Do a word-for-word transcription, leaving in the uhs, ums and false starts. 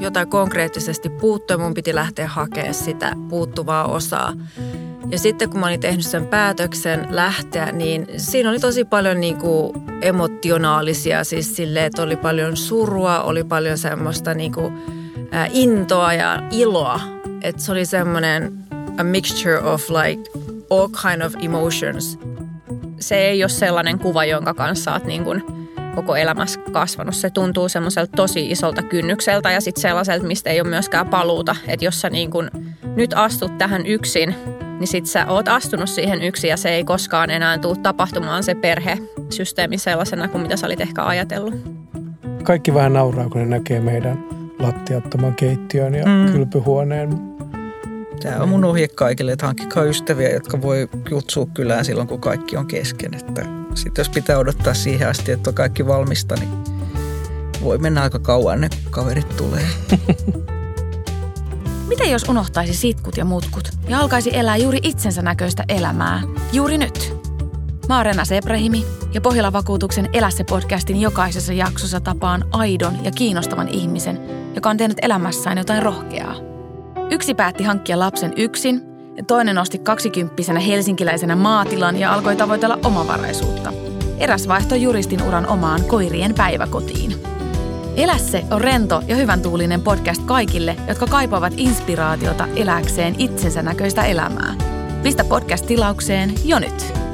jotain konkreettisesti puuttui ja mun piti lähteä hakemaan sitä puuttuvaa osaa. Ja sitten kun mä olin tehnyt sen päätöksen lähteä, niin siinä oli tosi paljon niin kuin emotionaalisia, siis silleen, että oli paljon surua, oli paljon semmoista niin kuin, ä, intoa ja iloa. Että se oli semmoinen a mixture of like all kind of emotions. Se ei ole sellainen kuva, jonka kanssa olet niin kuin koko elämässä kasvanut. Se tuntuu semmoiselta tosi isolta kynnykseltä ja sitten sellaiselta, mistä ei ole myöskään paluuta. Että jos sä niin kuin nyt astut tähän yksin, niin sit sä oot astunut siihen yksin ja se ei koskaan enää tule tapahtumaan se perhesysteemi sellaisena kuin mitä sä olit ehkä ajatellut. Kaikki vähän nauraa, kun ne näkee meidän lattiattoman keittiön ja mm. kylpyhuoneen. Tämä on mun ohje kaikille, että hankkikaa ystäviä, jotka voi kutsua kylään silloin, kun kaikki on kesken. Sitten jos pitää odottaa siihen asti, että on kaikki valmista, niin voi mennä aika kauan ennen kuin kaverit tulee. Miten jos unohtaisi sitkut ja mutkut ja alkaisi elää juuri itsensä näköistä elämää juuri nyt? Mä oon Rena Sebrehimi ja Pohjola-vakuutuksen Elä se podcastin jokaisessa jaksossa tapaan aidon ja kiinnostavan ihmisen, joka on tehnyt elämässään jotain rohkeaa. Yksi päätti hankkia lapsen yksin ja toinen nosti kaksikymppisenä helsinkiläisenä maatilan ja alkoi tavoitella omavaraisuutta. Eräs vaihtoi juristin uran omaan koirien päiväkotiin. Elä se on rento ja hyvän tuulinen podcast kaikille, jotka kaipaavat inspiraatiota elääkseen itsensä näköistä elämää. Pistä podcast tilaukseen jo nyt.